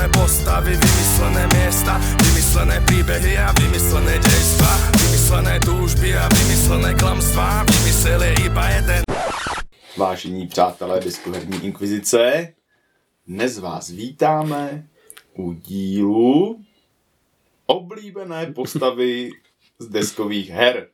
Vymyslené postavy, vymyslené miesta, vymyslené príbehy a vymyslené dejstva, vymyslené túžby a vymyslené klamstvá, vymysel je iba jeden. Vážení přátelé Deskoherní inkvizice, dnes vás vítáme u dílu oblíbené postavy z deskových her.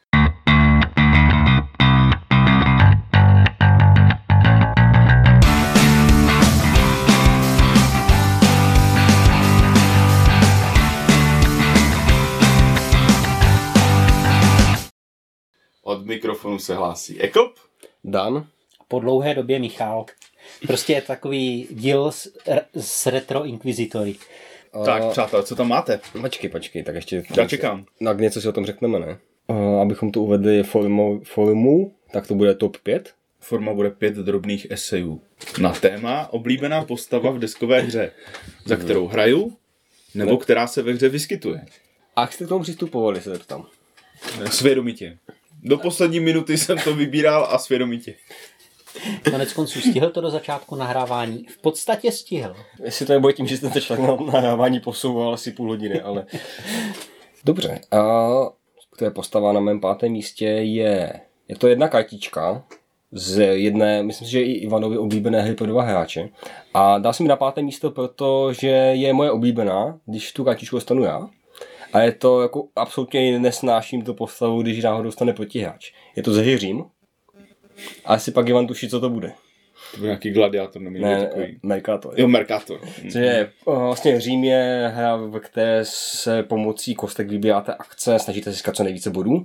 Od mikrofonu se hlásí Ekop, Dan. Po dlouhé době Michal. Prostě je takový díl s retro inkvizitory. Tak, přátelé, co tam máte? Počkej, tak ještě... Já čekám. Tak něco si o tom řekneme, ne? Abychom to uvedli formou, tak to bude top 5. Forma bude 5 drobných esejů na téma oblíbená postava v deskové hře, za kterou hraju, nebo která se ve hře vyskytuje. A jak jste k tomu přistupovali, se zeptám? Svědomitě. Do poslední minuty jsem to vybíral a svědomitě. Konec konců stihl to do začátku nahrávání. V podstatě stihl. Jestli to nebude tím, že jste začal na nahrávání posouval asi půl hodiny, ale... Dobře. To je postava na mém 5. místě je to jedna kartička z jedné, myslím si, že i Ivanovi oblíbené hry pro 2 hráče. A dá se mi na 5. místo, protože je moje oblíbená, když tu kartičku dostanu já. A je to jako absolutně nesnáším tu postavu, když náhodou dostane protihráč. Je to ze hry Řím. A asi pak Ivan tuší, co to bude. To bude nějaký gladiátor, ne, Mercator. Jo, Mercator. Že vlastně Řím je hra, ve které se pomocí kostek vybíráte akce, snažíte získat co nejvíce bodů.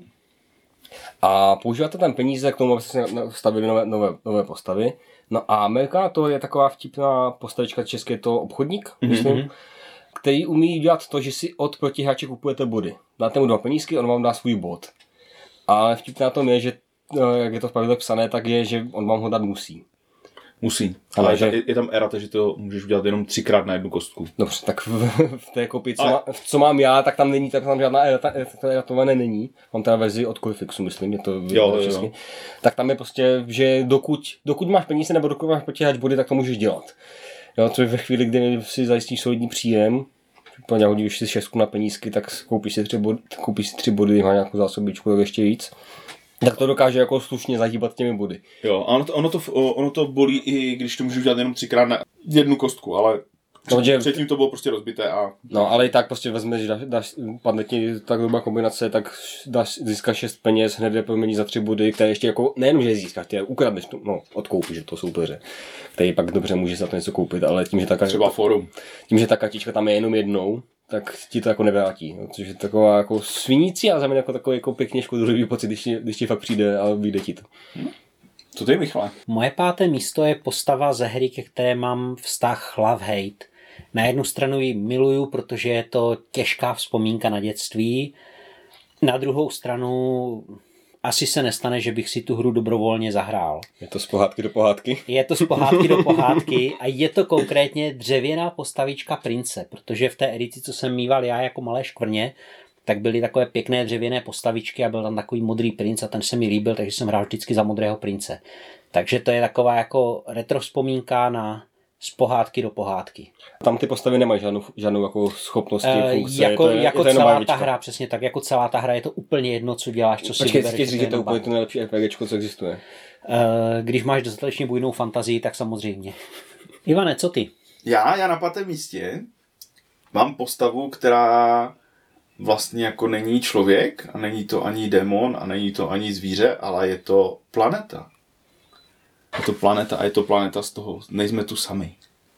A používáte tam peníze k tomu, abyste stavili nové postavy. No a Mercator je taková vtipná postavička, český je to obchodník, myslím, který umí dělat to, že si od protihráče kupujete body. Dáte mu 2 penízky, on vám dá svůj bod. Ale vtipné na tom je, že jak je to v pravidle psané, tak je, že on vám ho dát musí. Musí. Ale že... je tam erata, že to můžeš udělat jenom 3krát na jednu kostku. Dobře, tak v té kopii, co mám já, tak tam není, tak tam žádná eratované není. Mám teda verzi od Coifixu, myslím, je to česky. Tak tam je prostě, že dokud máš peníze nebo dokud máš protihráč body, tak to můžeš dělat. Jo, což ve chvíli, kdy si zajistíš solidní příjem, úplně hodíš si 6 na penízky, tak koupíš si 3 body, má nějakou zásobičku, ještě víc. Tak to dokáže jako slušně zahýbat těmi body. Jo, a ono to bolí i když to můžeš dělat jenom 3krát na jednu kostku, ale předtím to bylo prostě rozbité a... No, ale i tak prostě vezmeš, padne ti tak dobrá kombinace, tak získáš 6 peněz, hned je promění za 3 body, které ještě jako, nejenom, že je získáš, ty je ukradneš, odkoupíš to soupeře, který pak dobře může za to něco koupit, ale tím, že třeba forum. Tím, že ta kartička tam je jenom jednou, tak ti to jako nevrátí. Což je taková jako svinící a za mě jako takový jako pěkně škodlivý pocit, když ti fakt přijde a vyjde ti to. Co ty, Michale? Moje 5. místo je postava ze hry, ke které mám vztah love-hate. Na jednu stranu ji miluju, protože je to těžká vzpomínka na dětství. Na druhou stranu asi se nestane, že bych si tu hru dobrovolně zahrál. Je to z pohádky do pohádky? Je to z pohádky do pohádky a je to konkrétně dřevěná postavička prince, protože v té edici, co jsem mýval já jako malé škvrně, tak byly takové pěkné dřevěné postavičky a byl tam takový modrý princ a ten se mi líbil, takže jsem hrál vždycky za modrého prince. Takže to je taková jako retro vzpomínka z pohádky do pohádky. Tam ty postavy nemají žádnou jako schopnosti, funkce. Jako celá ta hra, přesně tak, jako celá ta hra je to úplně jedno, co děláš, co si vybereš. Počkej, říct, že to je úplně to nejlepší RPGčko, co existuje. Když máš dostatečně bujnou fantazii, tak samozřejmě. Ivane, co ty? Já na 5. místě mám postavu, která vlastně jako není člověk a není to ani démon a není to ani zvíře, ale je to planeta. Je to planeta a je to planeta z toho, nejsme tu sami.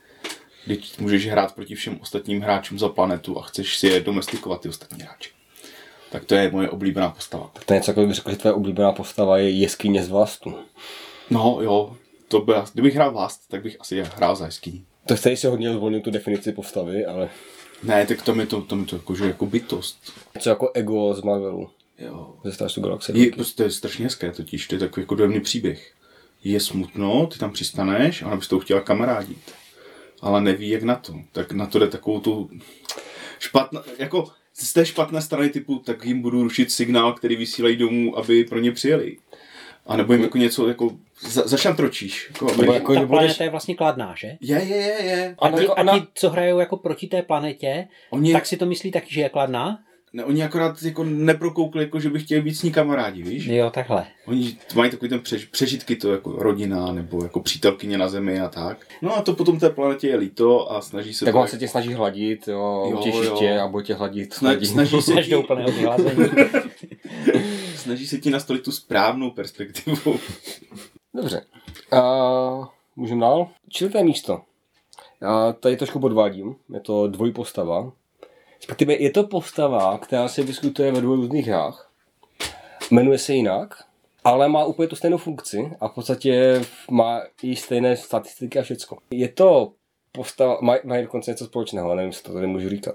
Když můžeš hrát proti všem ostatním hráčům za planetu a chceš si je domestikovat ty ostatní hráči. Tak to je moje oblíbená postava. Tak to je něco, jako bych řekl, že tvoje oblíbená postava je jeskyně z Vlastu. No jo, kdybych hrál Vlast, tak bych asi hrál za jeskyní. To tady si hodně zvolnil tu definici postavy, ale... Ne, tak to mi to jako bytost. Co jako ego z Marvelu. Jo. Ze Stars of Galaxy. To je strašně hezké totiž, to je takový jako dojemný příběh. Je smutno, ty tam přistaneš, ona bys to chtěla kamarádit. Ale neví, jak na to. Tak na to jde takovou tu špatnou, jako z té špatné strany typu, tak jim budu rušit signál, který vysílají domů, aby pro ně přijeli. A nebo jim jako něco jako zašantročíš. Jako, ta planeta je vlastně kladná, že? Je. A ti, co hrajou jako proti té planetě, tak si to myslí taky, že je kladná? Ne, oni akorát jako neprokoukli, jako že by chtěli být s ní kamarádi, víš? Jo, takhle. Oni mají takový ten přežitky, to jako rodina, nebo jako přítelkyně na zemi a tak. No a to potom té planetě je líto a snaží se... Tak on se tě snaží hladit, utěšit tě a bude tě hladit. Snaží se ti... úplného vyhlazení. Snaží se ti nastolit tu správnou perspektivu. Dobře. Můžeme dál? 4. místo. Já tady trošku podvádím. Je to dvojpostava. Respektive je to postava, která se diskutuje ve 2 různých hrách. Jmenuje se jinak, ale má úplně tu stejnou funkci a v podstatě má i stejné statistiky a všecko. Je to postava, má dokonce něco společného, ale nevím, jestli to tady můžu říkat.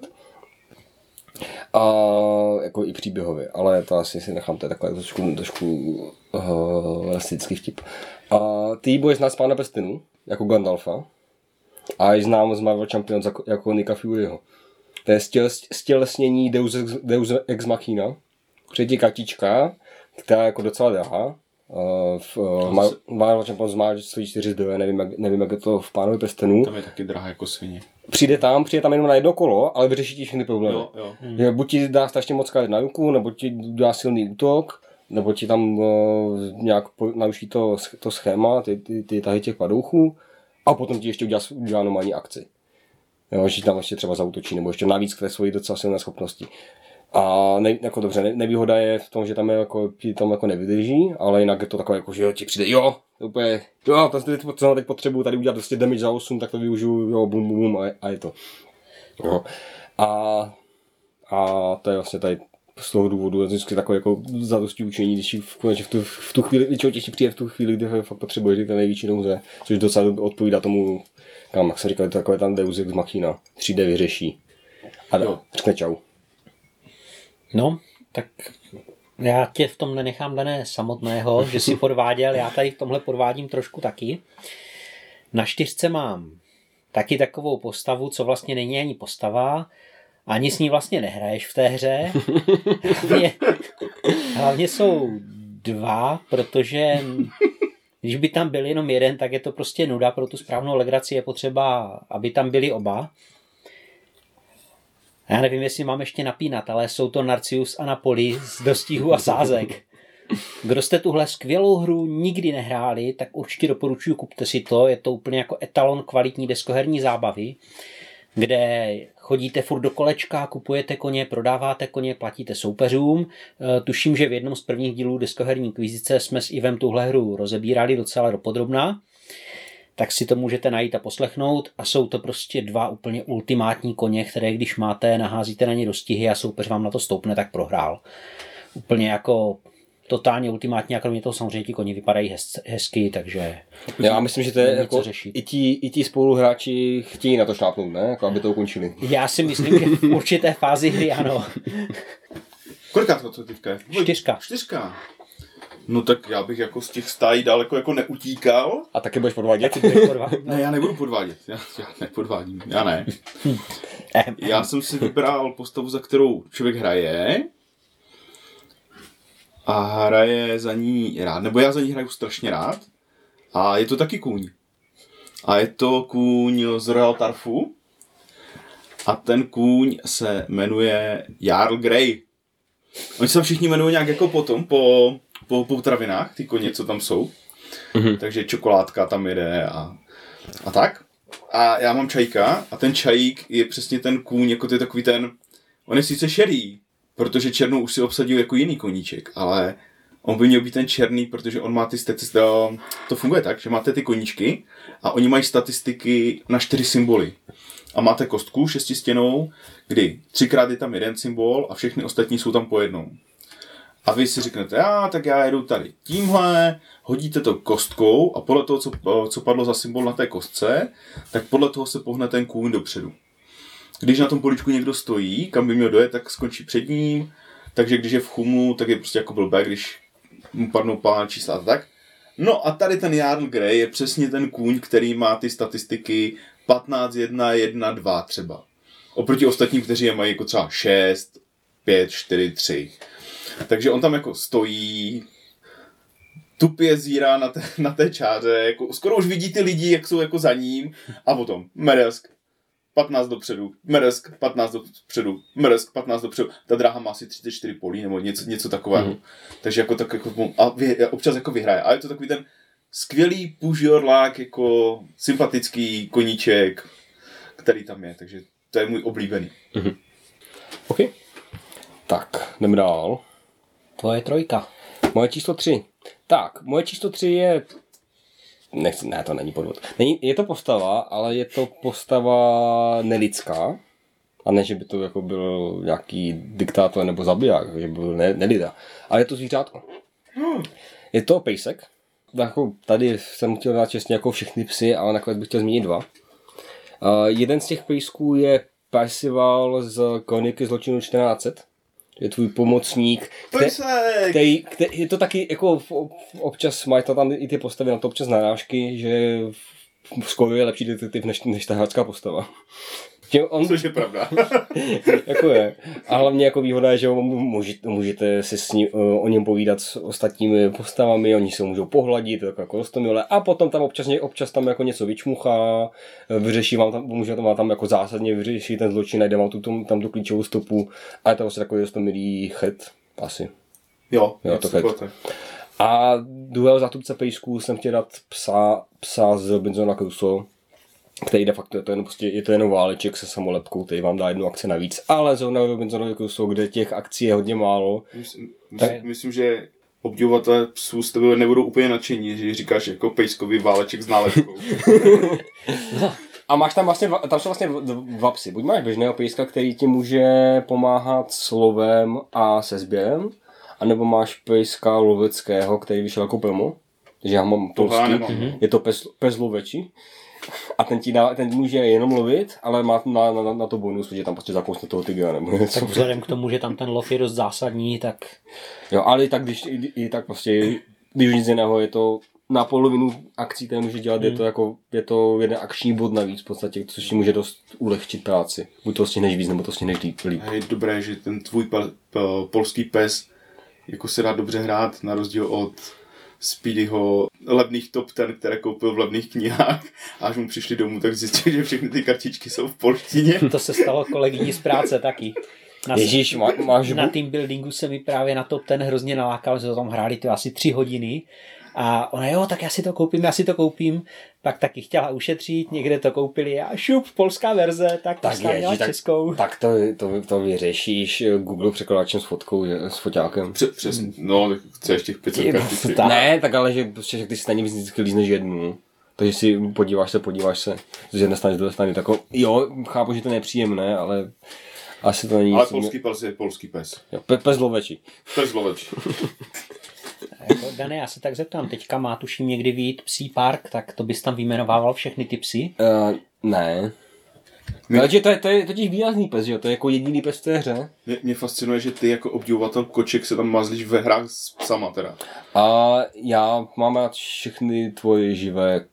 Jako i příběhově, ale to asi si nechám, to je takové trošku rasistický vtip. Ty budeš znát z Pána prstenů, jako Gandalfa, a je znám z Marvel Champions jako Nicka Furyho. To je stělesnění Deus Ex Machina. Přijde kartička, která je jako docela drahá. Marvel Champions má stojí 4 zdroje, nevím, jak je to v Pánovi prstenů. Tam je taky drahá jako svině. Přijde tam jenom na jedno kolo, ale vyřeší ti všechny problémy. Jo. Buď ti dá strašně moc karet na ruku, nebo ti dá silný útok, nebo ti tam nějak naruší to schéma, ty tahy těch padouchů, a potom ti ještě udělá normální akci. Jo, že tam ještě třeba zaútočí, nebo ještě navíc k té svojí docela silné schopnosti. A jako dobře, nevýhoda je v tom, že tam jako nevydrží, ale jinak je to takové, jako, že ti přijde, úplně, co teď potřebuju tady udělat vlastně damage za 8, tak to využiju, bum, a je to. Jo. A to je vlastně tady z toho důvodu vždycky takové jako zadosti učení, když v tu chvíli, většinou ti přijde v tu chvíli, kdy fakt potřebuješ ten největší nouze, což docela odpovídá tomu, jak se říkali, takové tam Deus Ex Machina, 3D vyřeší. A řekne čau. No, tak já tě v tomhle nechám dané samotného, že si podváděl, já tady v tomhle podvádím trošku taky. Na 4 mám taky takovou postavu, co vlastně není ani postava, ani s ní vlastně nehraješ v té hře. Hlavně jsou 2, protože když by tam byl jenom jeden, tak je to prostě nuda, pro tu správnou legraci je potřeba, aby tam byli oba. Já nevím, jestli mám ještě napínat, ale jsou to Narcius a Napoli z dostihů a sázek. Kdo jste tuhle skvělou hru nikdy nehráli, tak určitě doporučuji, kupte si to. Je to úplně jako etalon kvalitní deskoherní zábavy, kde chodíte furt do kolečka, kupujete koně, prodáváte koně, platíte soupeřům. Tuším, že v jednom z prvních dílů deskoherní kvízice jsme s Ivem tuhle hru rozebírali docela dopodrobna. Tak si to můžete najít a poslechnout a jsou to prostě 2 úplně ultimátní koně, které když máte, naházíte na ně dostihy a soupeř vám na to stoupne, tak prohrál. Úplně jako totálně ultimátní a kromě toho samozřejmě ti koni vypadají hezky, takže já myslím, že to je jako i ti spoluhráči chtějí na to šlápnout, ne? Jako aby to ukončili. Já si myslím, že v určité fázi hry ano. Koliká to teďka je? 4. No tak já bych jako z těch stájí daleko jako neutíkal. A taky budeš podvádět? Ne, já nebudu podvádět. Já nepodvádím. Já ne. Já jsem si vybral postavu, za kterou člověk hraje. A hraje za ní rád. Nebo já za ní hraju strašně rád. A je to taky kůň. A je to kůň z Royal Tarfu. A ten kůň se jmenuje Jarl Grey. Oni se všichni jmenují nějak jako potom, po potravinách, ty koně, co tam jsou. Mm-hmm. Takže čokoládka tam jede a tak. A já mám čajíka a ten čajík je přesně ten kůň, jako to je takový ten, on je sice šedý, protože černou už si obsadil jako jiný koníček, ale on by měl být ten černý, protože on má ty statistiky, to funguje tak, že máte ty koníčky a oni mají statistiky na 4 symboly. A máte kostku 6stěnnou, kdy 3krát je tam jeden symbol a všechny ostatní jsou tam po jednou. A vy si řeknete, tak já jedu tady tímhle, hodíte to kostkou a podle toho, co padlo za symbol na té kostce, tak podle toho se pohne ten kůň dopředu. Když na tom poličku někdo stojí, kam by měl dojet, tak skončí před ním, takže když je v chumu, tak je prostě jako blbé, když mu padnou pálná čísla a tak. No a tady ten Jarl Grey je přesně ten kůň, který má ty statistiky 15, 1, 1, 2 třeba. Oproti ostatním, kteří je mají jako třeba 6, 5, 4, 3. Takže on tam jako stojí, tupě zírá na té čáře, jako, skoro už vidí ty lidi, jak jsou jako za ním a potom Meresk, 15 dopředu, Meresk, 15 dopředu, Meresk, 15 dopředu. Ta dráha má asi 34 polí nebo něco takového. Takže jako tak jako občas jako vyhraje. A je to takový ten skvělý pužjorlák, jako sympatický koníček, který tam je. Takže to je můj oblíbený. OK. Tak, jdeme dál. Tvoje trojka. Moje číslo 3. Tak, moje číslo 3 je... Ne, to není podvod. Je to postava, ale je to postava nelidská. A ne, že by to jako byl nějaký diktátor nebo zabiják, že by byl nelida. Ale je to zvířátko. Je to pejsek. Jako tady jsem chtěl dát čestně jako všechny psy, ale nakonec bych chtěl zmínit 2. Jeden z těch pejsků je Percival z Kroniky zločinu 1400. Je tvůj pomocník. Je to taky, jako občas mají tam i ty postavy na to občas narážky, že skoro je lepší detektiv než ta hráčská postava. Což je pravda. Jako je. A hlavně jako výhoda je, že můžete si o něm povídat s ostatními postavami, oni se můžou pohladit, jako rostomilé, a potom tam občas tam jako něco vyčmuchá, vyřeší vám tam, může tam jako zásadně vyřešit ten zločin, najde vám tam tu klíčovou stopu, a je to vlastně takový rostomilý chet, asi. Jo, to chet. A druhého zástupce pejsků jsem chtěl dát psa z Robinsona Crusoe, který de facto je to jenom váleček se samolepkou, který vám dá 1 akci navíc, ale zrovna Robinsonovi Crusoe, kde těch akcí je hodně málo. Myslím, že obdivovatelé psů z tebe nebudou úplně nadšení, že říkáš jako pejskový váleček s nálepkou. A máš tam jsou vlastně 2 psy. Buď máš běžného pejska, který ti může pomáhat s lovem a se sběrem, anebo máš pejska loveckého, který vyšel jako promo. Takže já mám polský, je to pes lovečí. A ten může jenom lovit, ale má na to bonus, že tam prostě zakousne toho tygra nebo něco. Tak vzhledem k tomu, že tam ten lov je dost zásadní, tak... Jo, ale i tak prostě, když nic jiného, je to na polovinu akcí, které může dělat, je to jeden akční bod navíc v podstatě, což ti může dost ulehčit práci. Buď to stihneš víc, nebo to stihneš líp. Je dobré, že ten tvůj polský pes jako se dá dobře hrát, na rozdíl od Speedyho levných top 10, které koupil v levných knihách, a až mu přišli domů, tak zjistil, že všechny ty kartičky jsou v polštině. To se stalo kolegyni z práce taky. Ježíš, máš na team buildingu se mi právě na top 10 hrozně nalákal, že to tam hráli to asi 3 hodiny. A ona, jo, tak já si to koupím. Pak taky chtěla ušetřit, někde to koupili a šup, polská verze, tak měla českou. Tak to vyřešíš Google překladačem s fotkou, s foťákem. Přesně, no, chceš těch 500 kartiček. Ne, tak ale že prostě, ty si na ně vždycky lízneš jednu. Takže si podíváš se z jedné strany, z druhé strany. Tak jo, chápu, že to je nepříjemné, ale asi to není... Ale polský pes je polský pes. Jo, pes lovečí. Pes lovečí. Jako, Dane, já se tak zeptám, teďka má tuším někdy vyjít psí park, tak to bys tam vyjmenovával všechny ty psy? Ne. Takže to je totiž výrazný pes, že jo? To je jako jediný pes v té hře. Mě fascinuje, že ty jako obdivovatel koček se tam mazlíš ve hrách s psama teda. A já mám rád všechny tvoje živé...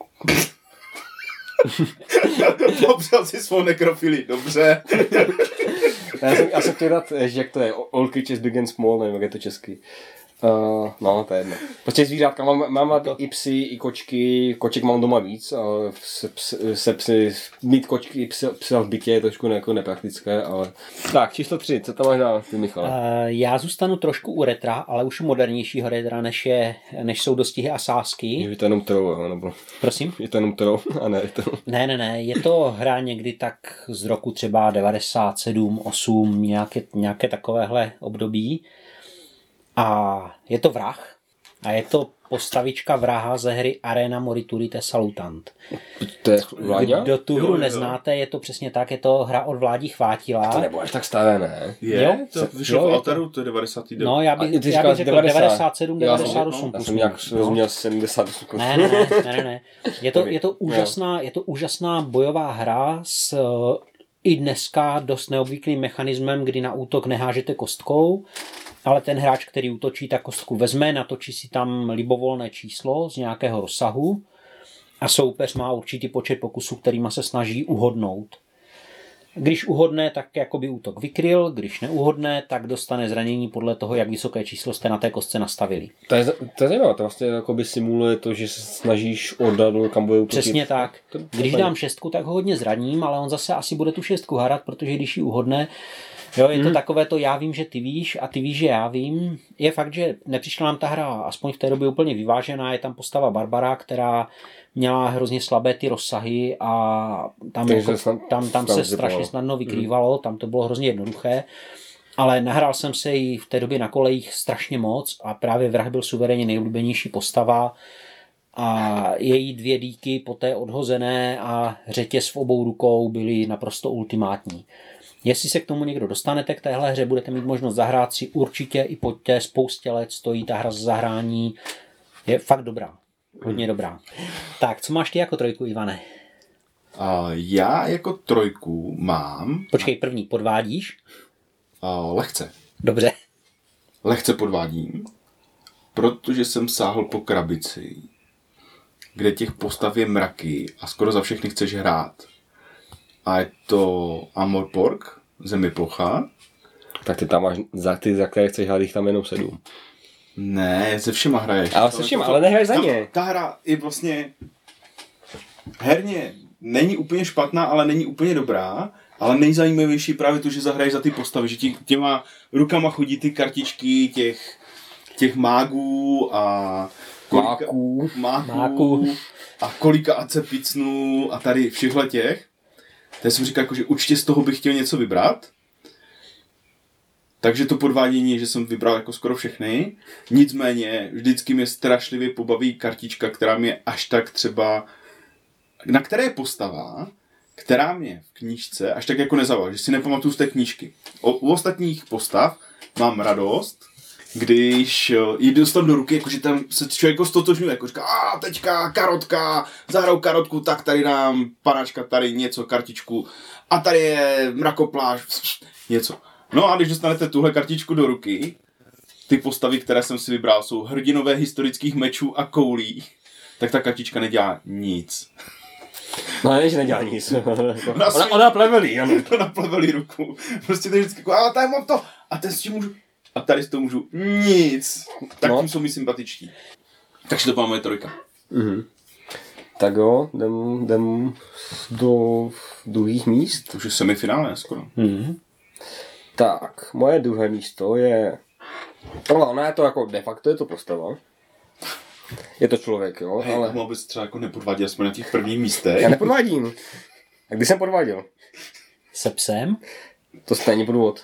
Popřel si svou nekrofilii, dobře. Já jsem chtěl dát, jak to je, All Creatures Big and Small, nevím, jak je to česky. No, to je jedno. Prostě zvířátka, mám i psy, i kočky, koček mám doma víc, ale mít kočky i psa v bytě je trošku jako nepraktické, ale... Tak, číslo 3, co tam máš dát, ty Michale? Já zůstanu trošku u retra, ale už u modernějšího retra, než jsou dostihy a sázky. Je to jenom troll, nebo... Prosím? Je to jenom troll, a ne to... Ne, je to hra někdy tak z roku třeba 97, 8, nějaké takovéhle období. A je to vrah. A je to postavička vraha ze hry Arena Moriturite Salutant. To je Vláďa? Kdo tu hru neznáte, je to přesně tak, je to hra od Vládi Chvátila. To nebo až tak staré, ne? Jo? To vyšlo v Altaru, to je 99. No, já bych řekl 97, 98. Já jsem nějak rozuměl 78. Ne. Je to úžasná bojová hra s i dneska dost neobvyklým mechanismem, kdy na útok nehážete kostkou, ale ten hráč, který útočí, tak kostku vezme, natočí si tam libovolné číslo z nějakého rozsahu a soupeř má určitý počet pokusů, kterýma se snaží uhodnout. Když uhodne, tak jakoby útok vykryl, když neuhodne, tak dostane zranění podle toho, jak vysoké číslo jste na té kostce nastavili. To je zajímavé, to vlastně jakoby simuluje to, že se snažíš odhadnout, kam bude útočit. Přesně tak. Když dám 6, tak ho hodně zraním, ale on zase asi bude tu 6 harat, protože když ji uhodne, jo, je to takové to já vím, že ty víš a ty víš, že já vím. Je fakt, že nepřišla nám ta hra aspoň v té době úplně vyvážená, je tam postava Barbara, která měla hrozně slabé ty rozsahy a tam se strašně snadno vykrývalo, tam to bylo hrozně jednoduché, ale nahrál jsem se jí v té době na kolejích strašně moc a právě Vrah byl suverénně nejoblíbenější postava a její 2 díky poté odhozené a řetěz v obou rukou byly naprosto ultimátní. Jestli se k tomu někdo dostanete k téhle hře, budete mít možnost zahrát si určitě i pojďte, spoustě let stojí ta hra za zahrání, je fakt dobrá. Hodně dobrá. Tak, co máš ty jako 3, Ivane? Já jako 3 mám... Počkej, první, podvádíš? Lehce. Dobře. Lehce podvádím, protože jsem sáhl po krabici, kde těch postav je mraky a skoro za všechny chceš hrát. A je to Amorpork, Zemiplocha. Tak ty tam máš, za které chceš hrát, jich tam jenom 7. Ne, se všema hraješ. Ale se všema, ale nehraješ za ně. Ta hra je vlastně herně není úplně špatná, ale není úplně dobrá, ale nejzajímavější právě to, že zahraješ za ty postavy, že těma rukama chodí ty kartičky těch mágů a máků a kolika acepicnů a tady všechhle těch. Tak jsem říkal, jako, že určitě z toho bych chtěl něco vybrat. Takže to podvádění je, že jsem vybral jako skoro všechny. Nicméně vždycky mě strašlivě pobaví kartička, která mě až tak třeba... Na které je postava, která mě v knížce až tak jako nezaujala, že si nepamatuju z té knížky. U ostatních postav mám radost, když ji dostanu do ruky, jakože tam se člověk jako stotožňuje, jako říká, teďka karotka, zahraju karotku, tak tady dám panáčka, tady něco, kartičku a tady je mrakopláž, něco. No a když dostanete tuhle kartičku do ruky, ty postavy, které jsem si vybral, jsou hrdinové historických mečů a koulí, tak ta kartička nedělá nic. No ne, že nedělá nic. Ona plevelí, ano. Ona plevelí ruku. Prostě to je vždycky jako, tady mám to, a teď s tím můžu, a tady s toho můžu nic. Tak tím jsou mi sympatičtí. Takže to byla moje 3. Mhm. Tak jo, jdem do druhých míst. To už je semifinále skoro. Mhm. Tak, moje druhé místo je... Ona je to jako de facto je to postava. Je to člověk, jo, Hej, ale... mohl bys třeba jako nepodváděl, jsme na těch prvních místech. Já nepodvádím. A kdy jsem podváděl? Se psem? To stejný podvod.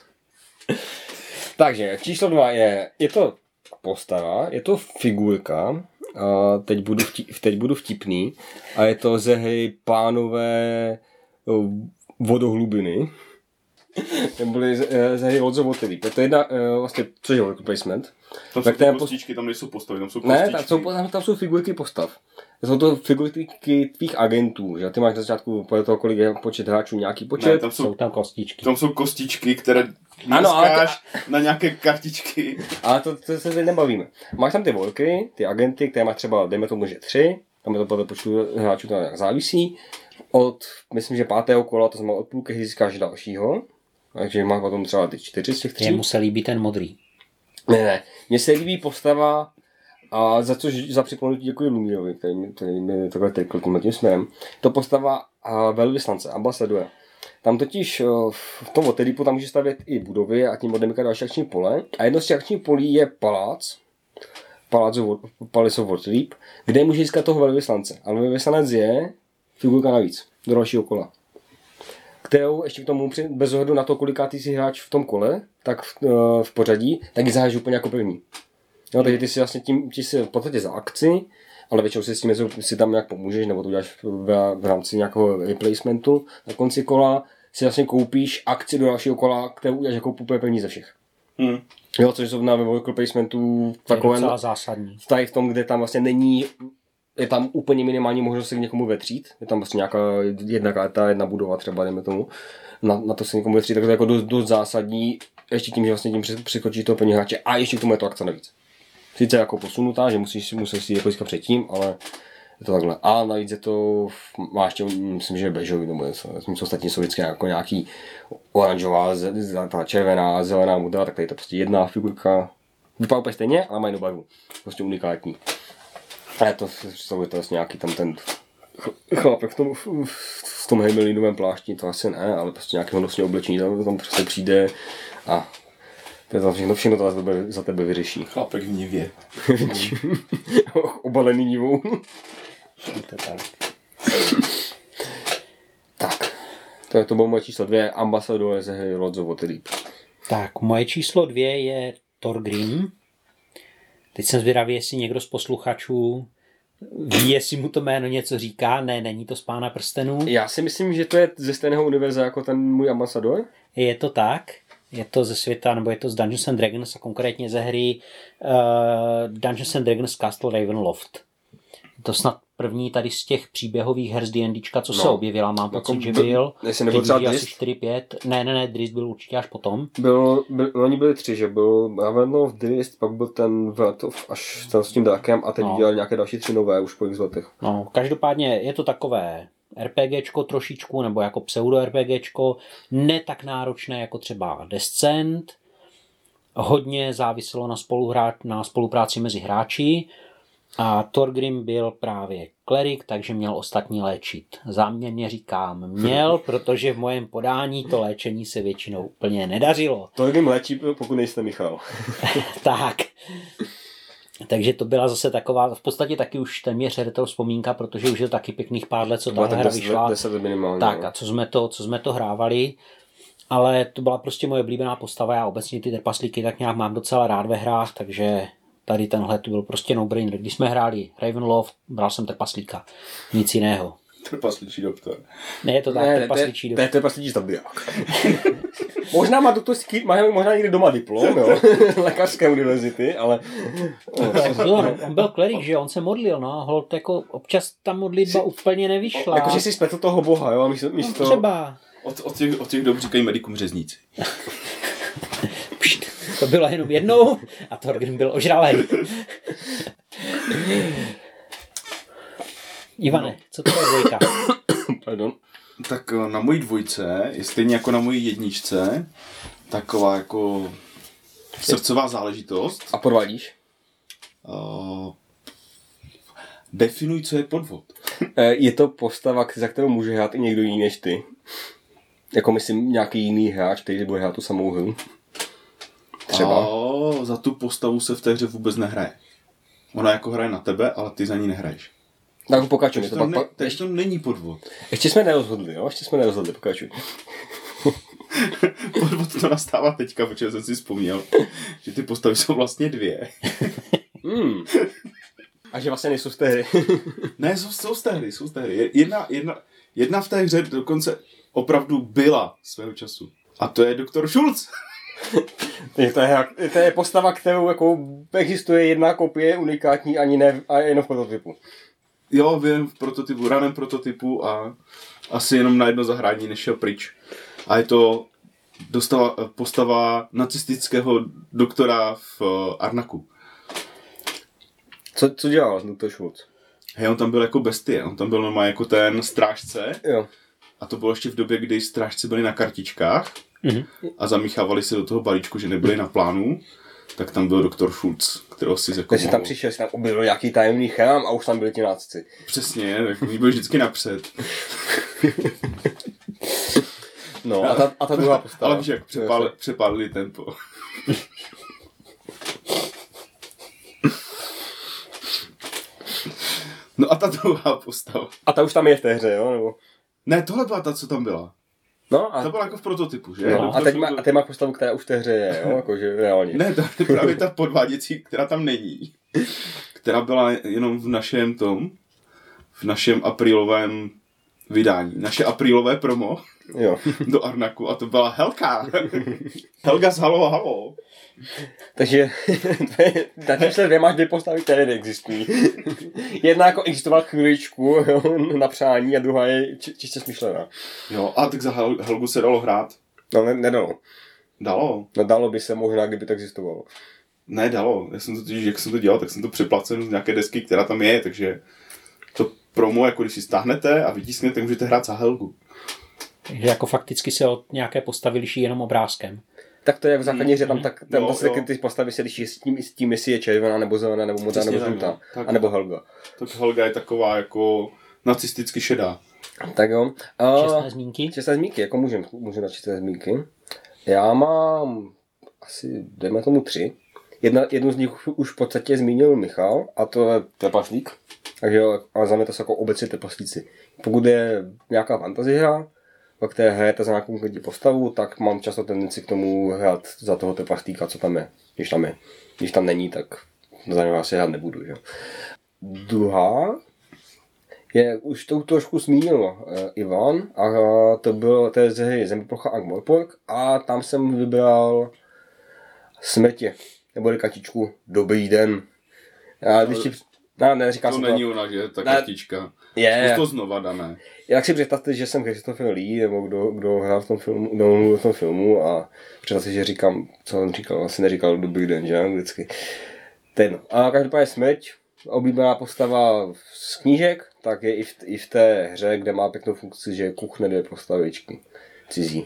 Takže, číslo 2 je to postava, je to figurka, a teď budu vtipný, a je to ze hry Pánové vodohlubiny. Byly ze hry Lords of Waterdeep. Je to jedna, vlastně, což je worker placement. Tam jsou ty kostičky, tam nejsou postavy, tam jsou kostičky. Ne, tam jsou figurky postav. Jsou to figurky tvých agentů, že? Ty máš na začátku podle toho, kolik je počet hráčů, nějaký počet. Ne, jsou tam kostičky. Tam jsou kostičky, které dneskáš na nějaké kartičky. Ale to se teď nebavíme. Máš tam ty workery, ty agenty, které máš třeba, dejme tomu, že 3, tam je to podle počtu hráčů, to nějak závisí. Myslím, že 5. kola, to znamená od půlky, získáš dalšího. Takže máš potom třeba ty 4 z těch 3. Jemu se líbí ten modrý. Ne. Mně se líbí postava, a za připomenutí děkuji Lumírovi, který mi takhle trykl tím směrem. To postava velvyslance, ambasadora. Tam totiž v tom Waterdeepu tam může stavět i budovy a tím odemykat další akční pole. A jedno z těch akčních polí je Palace of Waterdeep, kde může získat toho velvyslance. Ale velvyslanec je figurka navíc, do dalšího kola. Kterou ještě k tomu, bez ohledu na to, kolikátý si hráč v tom kole, tak v pořadí, tak ji zahájíš úplně jako první. No, takže ty si vlastně ti si v podstatě za akci, ale většinou si s tím si tam nějak pomůžeš, nebo to uděláš v rámci nějakého replacementu. Na konci kola si vlastně koupíš akci do dalšího kola, kterou uděláš jako úplně první ze všech. Jo, což jsou na worker placementu takové zásadní. Tady v tom, kde tam vlastně není, je tam úplně minimální možnost se k někomu vetřít. Je tam vlastně nějaká jedna karta, jedna budova třeba, dejme tomu. Na to se někomu vetřít, tak to je jako dost zásadní. Ještě tím, že vlastně tím přeskočí toho prvního hráče a ještě k tomu je to akce navíc. Sice jako posunutá, že musíš si jako získat předtím, ale Je to takhle. A navíc je to, má ještě, myslím, že bežový nebo něco. Myslím, že ostatní jsou vždycky jako nějaký oranžová, červená, zelená, modrá, tak tady je to prostě jedna figurka. Vypadá úplně stejně, ale má jinou barvu. Prostě unikátní. A je to vlastně nějaký tam ten chlapek v tom Hermelinovém plášti, to asi ne, ale prostě nějakého nosně oblečení tam prostě přijde a to je tam všechno to za tebe vyřeší. Chlapek v nivě. Obalený nivou. Tak. To bylo moje číslo 2, ambasador ze hry Lords of Waterdeep. Tak, moje číslo 2 je Thorgrim. Teď jsem zvědavý, jestli někdo z posluchačů ví, jestli mu to jméno něco říká. Ne, není to z Pána prstenů. Já si myslím, že to je ze stejného univerza jako ten můj ambasador. Je to tak. Je to ze světa, nebo je to z Dungeons and Dragons a konkrétně ze hry Dungeons and Dragons Castle Ravenloft. To snad první tady z těch příběhových her z D&Dčka, co se objevila, mám pocit, že byl. Nebyl třeba Drist? Asi 4-5. Ne, Drist byl určitě až potom. Oni byli 3, že byl Ravenloft, Drist, pak byl ten Vratov až ten s tím drakem a teď udělali nějaké další 3 nové už po x letech. No, každopádně je to takové RPGčko trošičku, nebo jako pseudo-RPGčko, ne tak náročné jako třeba Descent. Hodně záviselo na spolupráci mezi hráči a Thorgrim byl právě klerik, takže měl ostatní léčit. Záměrně říkám měl, protože v mém podání to léčení se většinou úplně nedařilo. Thorgrim léčí, pokud nejste Michal. Tak. Takže to byla zase taková, v podstatě taky už téměř retro vzpomínka, protože už je taky pěkných pár let, co ta hra vyšla. 10 minimálně. Tak a co jsme to hrávali, ale to byla prostě moje oblíbená postava, já obecně ty trpaslíky tak nějak mám docela rád ve hrách, takže tady tenhle to byl prostě no-brainer. Když jsme hráli Ravenloft, bral jsem trpaslíka, nic jiného. Trpasličí doktor. Ne, je to tak, trpasličí doktor. To je trpasličí zabiják. Možná má doktorský, možná někdy doma diplom, jo, lékařské univerzity, ale... On byl klerik, že on se modlil, no, holt jako občas ta modlitba úplně nevyšla. Jakože si spletl toho boha, jo, místo... Třeba. Od těch dob říkají medikům řezníci. To bylo jenom jednou a Thorgrim byl ožralej. Ivane, co to je dvojka? Pardon. Tak na mojí dvojce, je stejně jako na mojí jedničce, taková jako srdcová záležitost. A podvádíš? Definuj, co je podvod. Je to postava, za kterou může hrát i někdo jiný než ty. Jako myslím nějaký jiný hráč, který bude hrát tu samou hru. Třeba. Za tu postavu se v té hře vůbec nehraje. Ona jako hraje na tebe, ale ty za ní nehraješ. Tak pokračuj. Takže to není podvod. Ještě jsme nerozhodli, pokračuj. Podvod to nastává teďka, protože jsem si vzpomněl, že ty postavy jsou vlastně 2. A že vlastně nejsou z té hry. Ne, jsou z té hry. Jedna v té hře dokonce opravdu byla svého času. A to je doktor Schultz. To je postava, kterou jako existuje jedna kopie, unikátní, ani ne, a jenom v prototypu. Jo, vím, v raném prototypu a asi jenom na jedno zahrání nešel pryč. A je to postava nacistického doktora v Arnaku. Co dělal doktor Schultz? Hej, on tam byl jako bestie, on tam byl normálně jako ten strážce. Jo. A to bylo ještě v době, kdy strážci byli na kartičkách a zamíchávali se do toho balíčku, že nebyli na plánu. Tak tam byl doktor Schultz, kterého si jako... Když tam přišel, si tam objevil nějaký tajemný chrám a už tam byli ti nácci. Přesně, tak oni byli vždycky napřed. No a ta druhá postava. Ale víš, jak přepálili tempo. No a ta druhá postava. A ta už tam je v té hře, jo? Nebo... Ne, tohle byla ta, co tam byla. No a... To byla jako v prototypu, že? No, a teď má postavu, která už v té hře je, jo? Jakože reálně. Ne, to je právě ta podváděcí, která tam není. Která byla jenom v našem aprílovém vydání. Naše aprílové promo do Arnaku a to byla Helka. Helga z Halo Halo. Takže na čísle 2 máš 2 postavy, které neexistují. Jedna jako existovala chvíličku na přání a druhá je čistě smyšlená. Jo, a tak za Helgu se dalo hrát? No, nedalo. Dalo? No, dalo by se možná, kdyby to existovalo. Ne, dalo. Jak jsem to dělal, tak jsem to přeplacen z nějaké desky, která tam je, takže to promo, jako když si stáhnete a vytisknete, můžete hrát za Helgu. Takže jako fakticky se od nějaké postavy liší jenom obrázkem. Tak to je v základní hře, tam Jo. ty postavy se liší s tím, jestli je červená, nebo zelená, nebo modrá, nebo žlutá, anebo Helga. Tak Helga je taková jako nacisticky šedá. Tak jo. Čestné zmínky? Čestné zmínky, jako můžeme dát čestné zmínky. Já mám asi, dejme tomu 3. Jednu z nich už v podstatě zmínil Michal, a to je trpaslík. Takže jo, ale za mě to jsou jako obecně trpaslíci. Pokud je nějaká fantasy hra, ve které hrajete za nějakou postavu, tak mám často tendenci k tomu hrát za toho trpaslíka, co tam je. Když tam je. Když tam není, tak za něho asi hrát nebudu. Že? Druhá je, už to trošku zmínil Ivan, a to je ze hry Zemiplocha Ankh-Morpork, a tam jsem vybral Smrtě, nebo kartičku Dobrý den. Já když ti... neříkám to není ona, že? Ta kartička. Je. To znova dané. Jak si představte, že jsem Christopher Lee, nebo kdo hrál v tom filmu, kdo mluvil v tom filmu, a představte, že říkám, co on říkal, asi neříkal Dobrý den, že anglicky. A každopádně Smrť, oblíbená postava z knížek, tak je i v té hře, kde má pěknou funkci, že kuchne 2 postavičky cizí.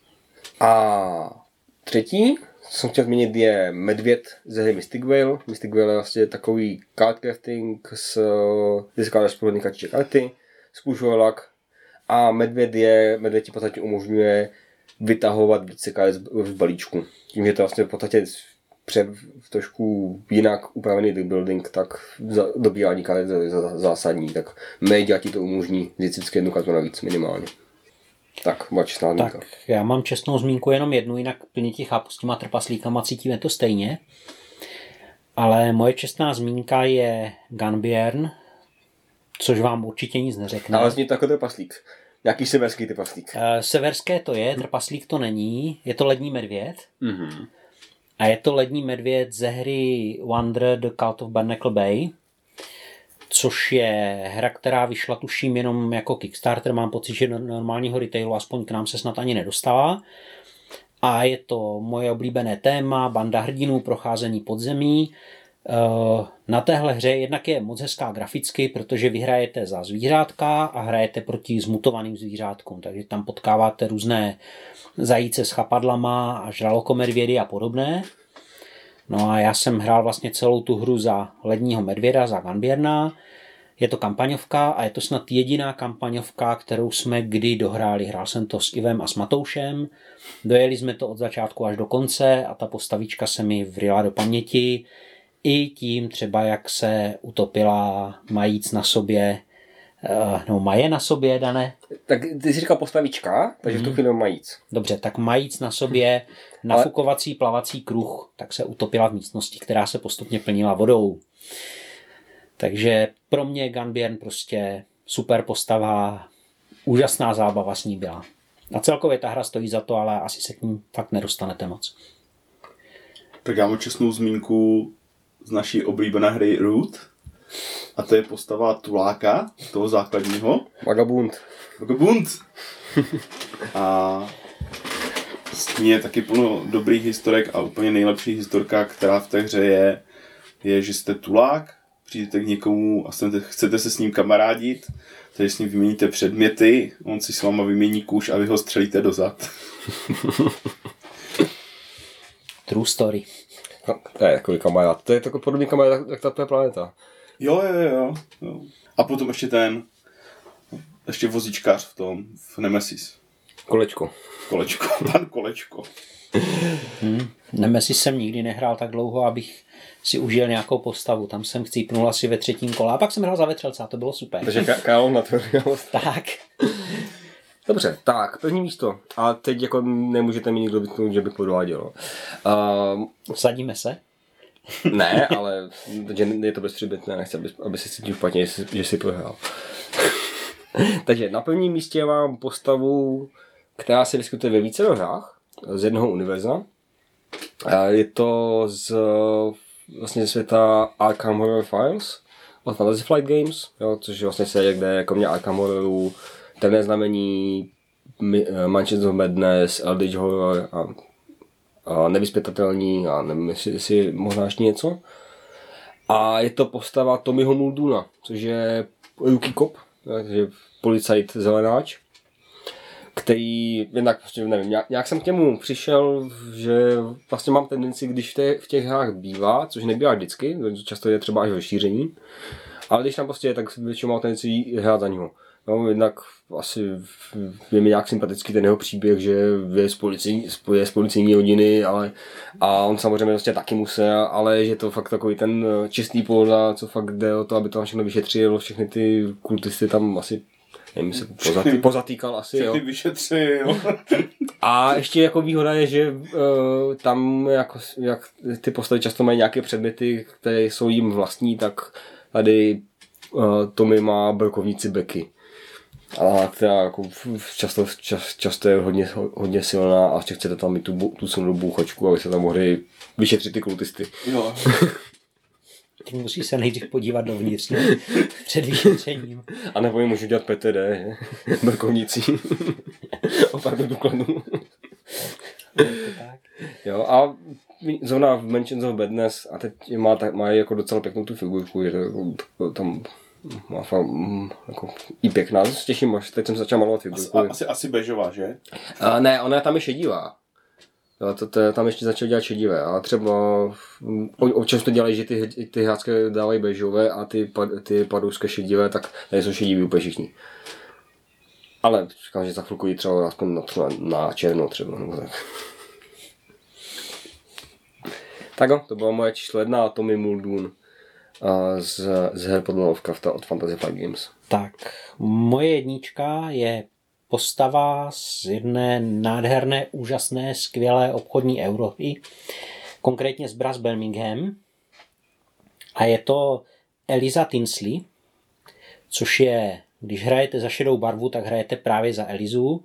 A třetí, co jsem chtěl zmínit, je Medvěd ze hry Mystic Vale. Mystic Vale je vlastně takový cardcrafting, kde se kládáš společný karty, zkoušovalak, a medvěd ti v podstatě umožňuje vytahovat více karet v balíčku. Tím, že to vlastně v podstatě trošku jinak upravený deck building, tak dobírání karet je zásadní, tak média ti to umožní vždycky 1 kartu navíc minimálně. Tak, má čestná zmínka. Tak já mám čestnou zmínku jenom jednu, jinak plně ti chápu, s těma trpaslíkama cítíme to stejně. Ale moje čestná zmínka je Gunbjörn, což vám určitě nic neřekne. Ale zní to jako trpaslík. Jaký severský trpaslík? Severské to je, trpaslík to není, je to lední medvěd. Mm-hmm. A je to lední medvěd ze hry Wanderer The Cult of Barnacle Bay, což je hra, která vyšla tuším jenom jako Kickstarter. Mám pocit, že do normálního retailu aspoň k nám se snad ani nedostala. A je to moje oblíbené téma, banda hrdinů, procházení podzemí. Na téhle hře jednak je moc hezká graficky, protože vy hrajete za zvířátka a hrajete proti zmutovaným zvířátkům, takže tam potkáváte různé zajíce s chapadlama a žralokomedvědy a podobné. No a já jsem hrál vlastně celou tu hru za ledního medvěda, za Gunbjörna. Je to kampaňovka a je to snad jediná kampaňovka, kterou jsme kdy dohráli. Hrál jsem to s Ivem a s Matoušem. Dojeli jsme to od začátku až do konce a ta postavička se mi vryla do paměti. I tím třeba, jak se utopila majíc na sobě, no maje na sobě, Dané. Tak ty jsi říkal postavička, takže v tu chvíli majíc. Dobře, tak majíc na sobě nafukovací plavací kruh, tak se utopila v místnosti, která se postupně plnila vodou. Takže pro mě Gunbjörn prostě super postava, úžasná zábava s ní byla. A celkově ta hra stojí za to, ale asi se k ní fakt nedostanete moc. Tak já mám čestnou zmínku z naší oblíbené hry Root. A to je postava Tuláka, toho základního. Vagabund. A s ní je taky plno dobrých historek a úplně nejlepší historka, která v té hře je, že jste tulák, přijdete k někomu a chcete se s ním kamarádit, takže s ním vyměníte předměty, on si s váma vymění kůž a vy ho střelíte do zad. True story. To je takový kamarád. To je takový podobný kamarád, jak ta planeta. Jo. A potom ještě ještě vozíčkář v Nemesis. Kolečko. Pan Kolečko. Nemesis jsem nikdy nehrál tak dlouho, abych si užil nějakou postavu. Tam jsem chcípnul asi ve 3. kole a pak jsem hrál za vetřelce a to bylo super. Takže Karol na to. Tak. Dobře, tak, první místo. A teď jako nemůžete mi nikdo vytknout, že bych podváděl. Vsadíme se? Ne, ale je to bezpředmětné, nechci, aby se cítil špatně, že si prohrál. Takže na prvním místě mám postavu, která se vyskytuje ve více hrách z jednoho univerza. Je to vlastně ze světa Arkham Horror Files od Fantasy Flight Games, jo, což je vlastně série, kde kromě Arkham Horroru Temné znamení, Mansions of Madness, Eldritch Horror a Nevyzpytatelní a nevím, jestli možná ještě něco. A je to postava Tommyho Mulduna, což je Rookie Cop, takže policajt zelenáč, který jednak, nevím, nějak jsem k němu přišel, že vlastně mám tendenci, když v těch hrách bývá, což nebývá vždycky, často je třeba až ve šíření, ale když tam prostě je, tak většinou mám tendenci hrát za něho. No, jednak asi je mi nějak sympatický ten jeho příběh, že je z policejní rodiny, a on samozřejmě vlastně taky musel, ale že to fakt takový ten čistý pohoda, co fakt jde o to, aby to tam všechno vyšetřilo, všechny ty kultisty tam asi, nevím, se pozatýkal asi, jo. Všechny vyšetřil. A ještě jako výhoda je, že tam jak ty postavy často mají nějaké předměty, které jsou jim vlastní, tak tady Tommy má brokovnici Becky. A která jako často je hodně silná a chcete tam mít tu silnou bůchočku, aby se tam mohli vyšetřit ty kultisty. Jo. Ty musí se nejdřív podívat dovnitř, ne? Před vyšetřením. A nebo jim můžu dělat PTD, brokovnicí. Opravdu důkladnou. Jo, a zóna v Mansions of Badness a teď má jako docela pěknou tu figurku, že to, tam má fakt jako i pěkná, to se těším, až teď jsem začal malovat figurku. Asi bežová, že? Ne, ona tam je šedivá. Jo, tam ještě začal dělat šedivé, ale třeba občas to dělají, že ty hráčské dávají bežové a ty padouské šedivé, tak tady jsou šediví úplně všichni. Ale říkám, že za chvilku jí třeba aspoň na černo třeba. Nebo tak. Tak jo, to byla moje číslo 1 a Tommy Muldoon z her podle Lovecrafta od Fantasy Flight Games. Tak, moje jednička je postava z jedné nádherné, úžasné, skvělé obchodní Evropy, konkrétně z Brass Birmingham. A je to Eliza Tinsley, což je, když hrajete za šedou barvu, tak hrajete právě za Elizu.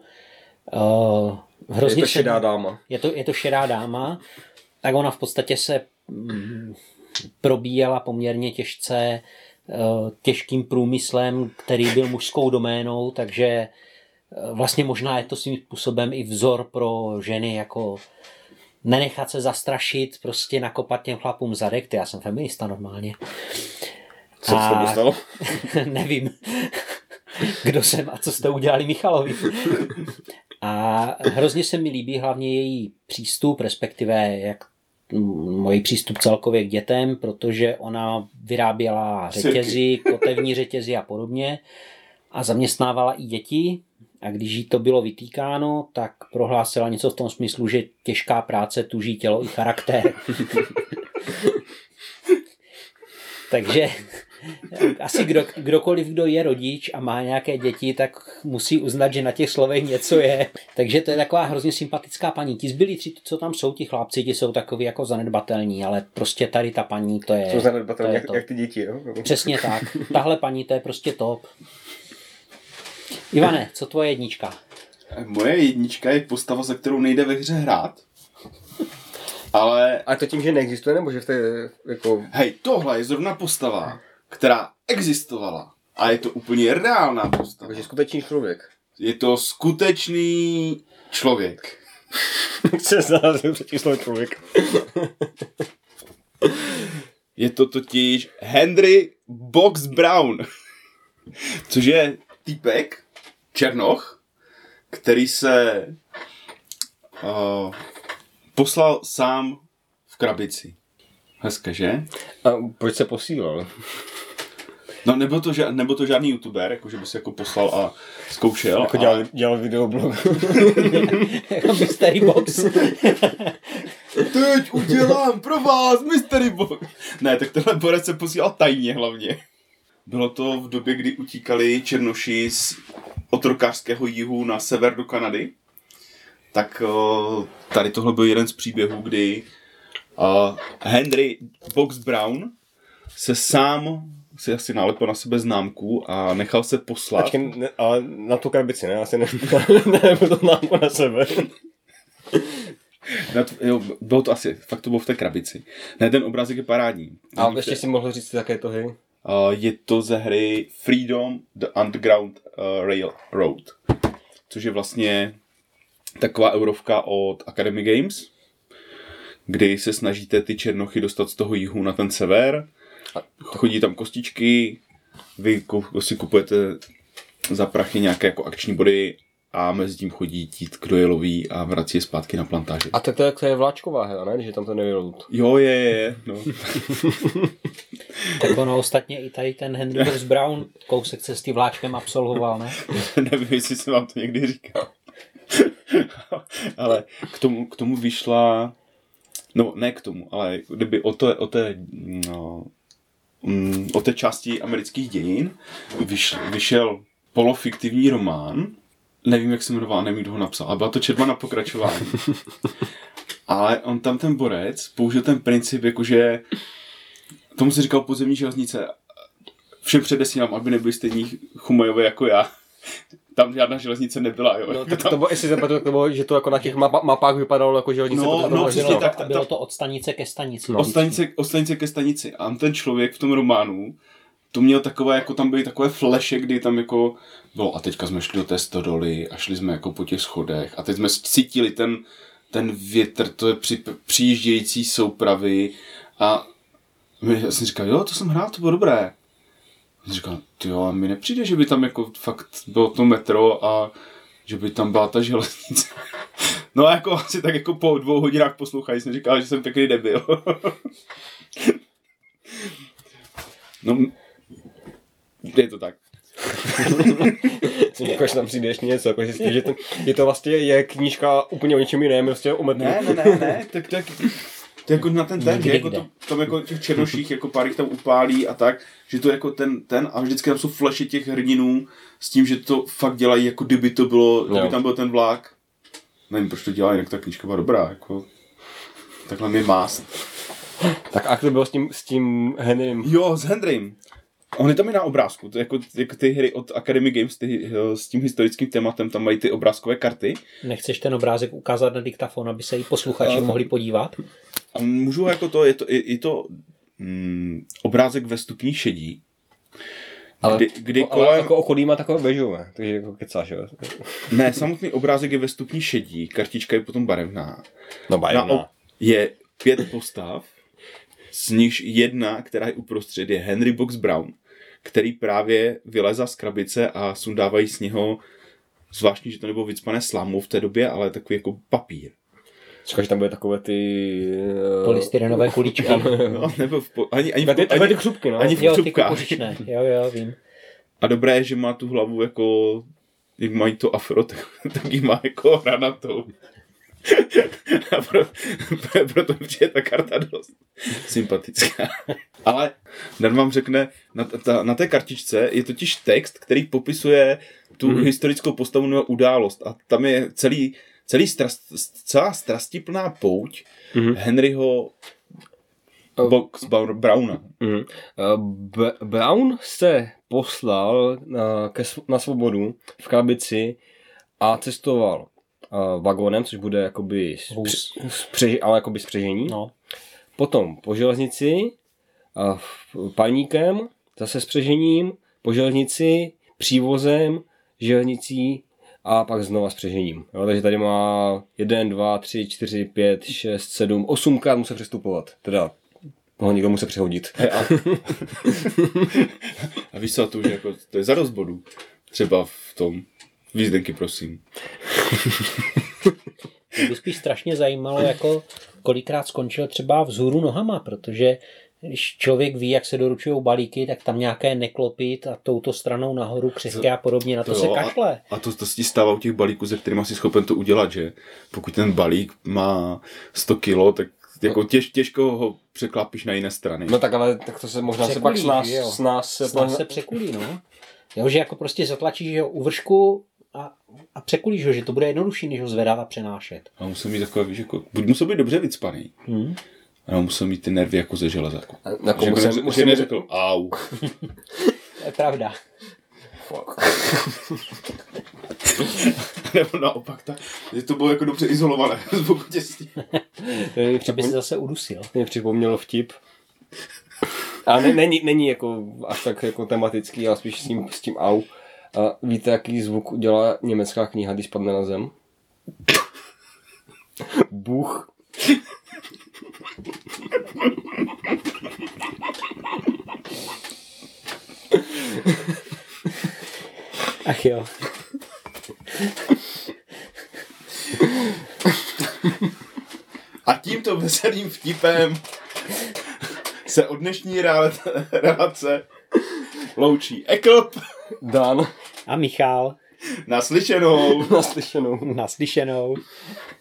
Je to šedá dáma. Je to šedá dáma, tak ona v podstatě se probíjela poměrně těžce těžkým průmyslem, který byl mužskou doménou, takže vlastně možná je to svým způsobem i vzor pro ženy, jako nenechat se zastrašit, prostě nakopat těm chlapům zadek. Já jsem feminista normálně. Co se to stalo? Nevím, kdo jsem a co jste udělali Michalovi. A hrozně se mi líbí hlavně její přístup, respektive můj přístup celkově k dětem, protože ona vyráběla řetězy, kotevní řetězy a podobně a zaměstnávala i děti. A když jí to bylo vytýkáno, tak prohlásila něco v tom smyslu, že těžká práce tuží tělo i charakter. Takže asi kdokoliv, kdo je rodič a má nějaké děti, tak musí uznat, že na těch slovech něco je. Takže to je taková hrozně sympatická paní. Ti zbylí tři, co tam jsou, ti chlapci, ti jsou takový jako zanedbatelní, ale prostě tady ta paní, to je... Jsou zanedbatelní, jak ty děti, jo? Přesně tak. Tahle paní, to je prostě top. Ivane, co tvoje jednička? Moje jednička je postava, za kterou nejde ve hře hrát. Ale... A to tím, že neexistuje, nebo že v té jako... Hej, tohle je zrovna postava, která existovala. A je to úplně reálná postava. Takže skutečný člověk. Je to skutečný člověk. Se znalazil třetí slovo člověk. Je to totiž Henry Box Brown. Což je týpek, černoch, který se poslal sám v krabici. Hezké, že? A proč se posílal? No, nebyl to žádný youtuber, jako že by se jako poslal a zkoušel. Jako dělal videoblog. Jako Mystery Box. Teď udělám pro vás Mystery Box. Ne, tak tenhle borec se posílal tajně hlavně. Bylo to v době, kdy utíkali černoši z otrokářského jihu na sever do Kanady. Tak tady tohle byl jeden z příběhů, kdy Henry Box Brown se sám si asi nalepil na sebe známku a nechal se poslat. Počkej, ale na tu krabici, ne? Asi ne to známku na sebe. Jo, bylo to asi, fakt to bylo v té krabici. Ne, ten obrázek je parádní. A ještě si mohl říct, jaké to hry? Je to ze hry Freedom the Underground Railroad, což je vlastně taková eurovka od Academy Games, kdy se snažíte ty černochy dostat z toho jihu na ten sever. Chodí tam kostičky vy si kupujete za prachy nějaké jako akční body a mezi tím chodí tít, kdo je loví a vrací je zpátky na plantáži. A to je vláčková hra, ne? Když je tam ten reload. Jo, je. No. Tak ono ostatně i tady ten Henry Box Brown kousek cesty vláčkem absolvoval, ne? Nevím, jestli jsem vám to někdy říkal. Ale k tomu vyšla... No, ne k tomu, ale kdyby o té části amerických dějin vyšel polofiktivní román. Nevím, jak se jmenoval, nevím, kdo ho napsal, ale byla to četba na pokračování. Ale on tam ten borec použil ten princip, jakože tomu se říkal podzemní železnice. Všem předesílám, aby nebyli stejní chumajové jako já. Tam žádná železnice nebyla, jo. No, tak to bylo, jestli to bylo, že to jako na těch mapách vypadalo jako železnice. Přesně tak. Bylo to od stanice ke stanici. No. Od stanice ke stanici. A ten člověk v tom románu, to měl takové, jako tam byly takové fleše, kdy tam jako bylo, a teďka jsme šli do té stodoly a šli jsme jako po těch schodech a teď jsme cítili ten větr, to je přijíždějící soupravy a já jsem říkal, jo, to jsem hrál, to bylo dobré. Jsem říkal, jo, a mi nepřijde, že by tam jako fakt bylo to metro a že by tam byla ta železnice. No a jako asi tak jako po 2 hodinách poslouchají, jsem říkal, že jsem pěkný debil. No, je to tak. Jsem říkal, že tam přijde ještě něco, jako zjistil, že to vlastně je knížka úplně o něčem jiném, prostě o metru. Ne, tak to jako na ten, že jako to, tam jako těch černoších, jako pár jich tam upálí a tak, že to jako ten a vždycky tam jsou flashy těch hrdinů s tím, že to fakt dělají, jako kdyby to bylo, kdyby tam byl ten vlak. Nevím, proč to dělají, jak ta knížka byla dobrá, jako takhle mi mást. Tak a to bylo s tím Henrym? Jo, s Henrym. On je tam i na obrázku, to jako ty hry od Academy Games s tím historickým tématem, tam mají ty obrázkové karty. Nechceš ten obrázek ukázat na diktafon, aby se i posluchači mohli podívat? A můžu jako to, je to obrázek ve stupni šedí. Ale jako okolí má takové bežové, takže jako kecáš, jo? Ne, samotný obrázek je ve stupni šedí, kartička je potom barevná. No barevná. Je 5 postav, z nichž jedna, která je uprostřed, je Henry Box Brown, který právě vylezá z krabice a sundávají z něho, zvláštní, že to nebylo vycpané slámou v té době, ale takový jako papír. Říkáš, že tam byly takové ty... Polystyrenové kuličky. No, nebo ani ty křupky, no. Ani v křupkách. Jo, vím. A dobré je, že má tu hlavu jako, jak mají to afro, tak ji má jako hranatou. A proto přijde ta karta dost sympatická. Ale Dan vám řekne, na té kartičce je totiž text, který popisuje tu historickou postavu nebo událost. A tam je celá strastiplná pouť Henryho Box Browna. Brown se poslal na svobodu v krabici a cestoval vagónem, což bude jakoby ale jakoby spřežení. No. Potom po železnici, paníkem, zase spřežením, po železnici, přívozem, železnicí a pak znova spřežením. Jo, takže tady má 1, 2, 3, 4, 5, 6, 7, 8krát musí přestupovat. Teda ho někdo musí přehodit. A víš co, to už jako, to je za dost bodů. Třeba v tom výzdenky, prosím. Mě by spíš strašně zajímalo, jako kolikrát skončil třeba vzhůru nohama, protože když člověk ví, jak se doručují balíky, tak tam nějaké neklopit a touto stranou nahoru křehké a podobně, na to se kašle. A to se stává u těch balíků, se kterými jsi schopen to udělat, že pokud ten balík má 100 kilo, tak jako těžko ho překlápíš na jiné strany. No tak ale tak to se možná překulí, se pak s nás se překulí, no. Jo, že jako prostě zatlačíš ho u vršku a překulíš ho, že to bude jednodušší, než ho zvedat a přenášet. A musel mít takové, víš, jako, buď musel být dobře vycpaný, a musel mít ty nervy jako ze železáku. Musím neřekl, au. To je pravda. Nebo naopak, že to bylo jako dobře izolované z boku těstí. To by se zase udusil. Mě připomnělo vtip. A není jako až tak jako tematický, ale spíš s tím au. A víte, jaký zvuk udělá německá kniha, když spadne na zem? Bůh. Tak jo. A tímto veselým vtipem se od dnešní relace loučí Eklb, Dan a Michal. naslyšenou. naslyšenou. Naslyšenou.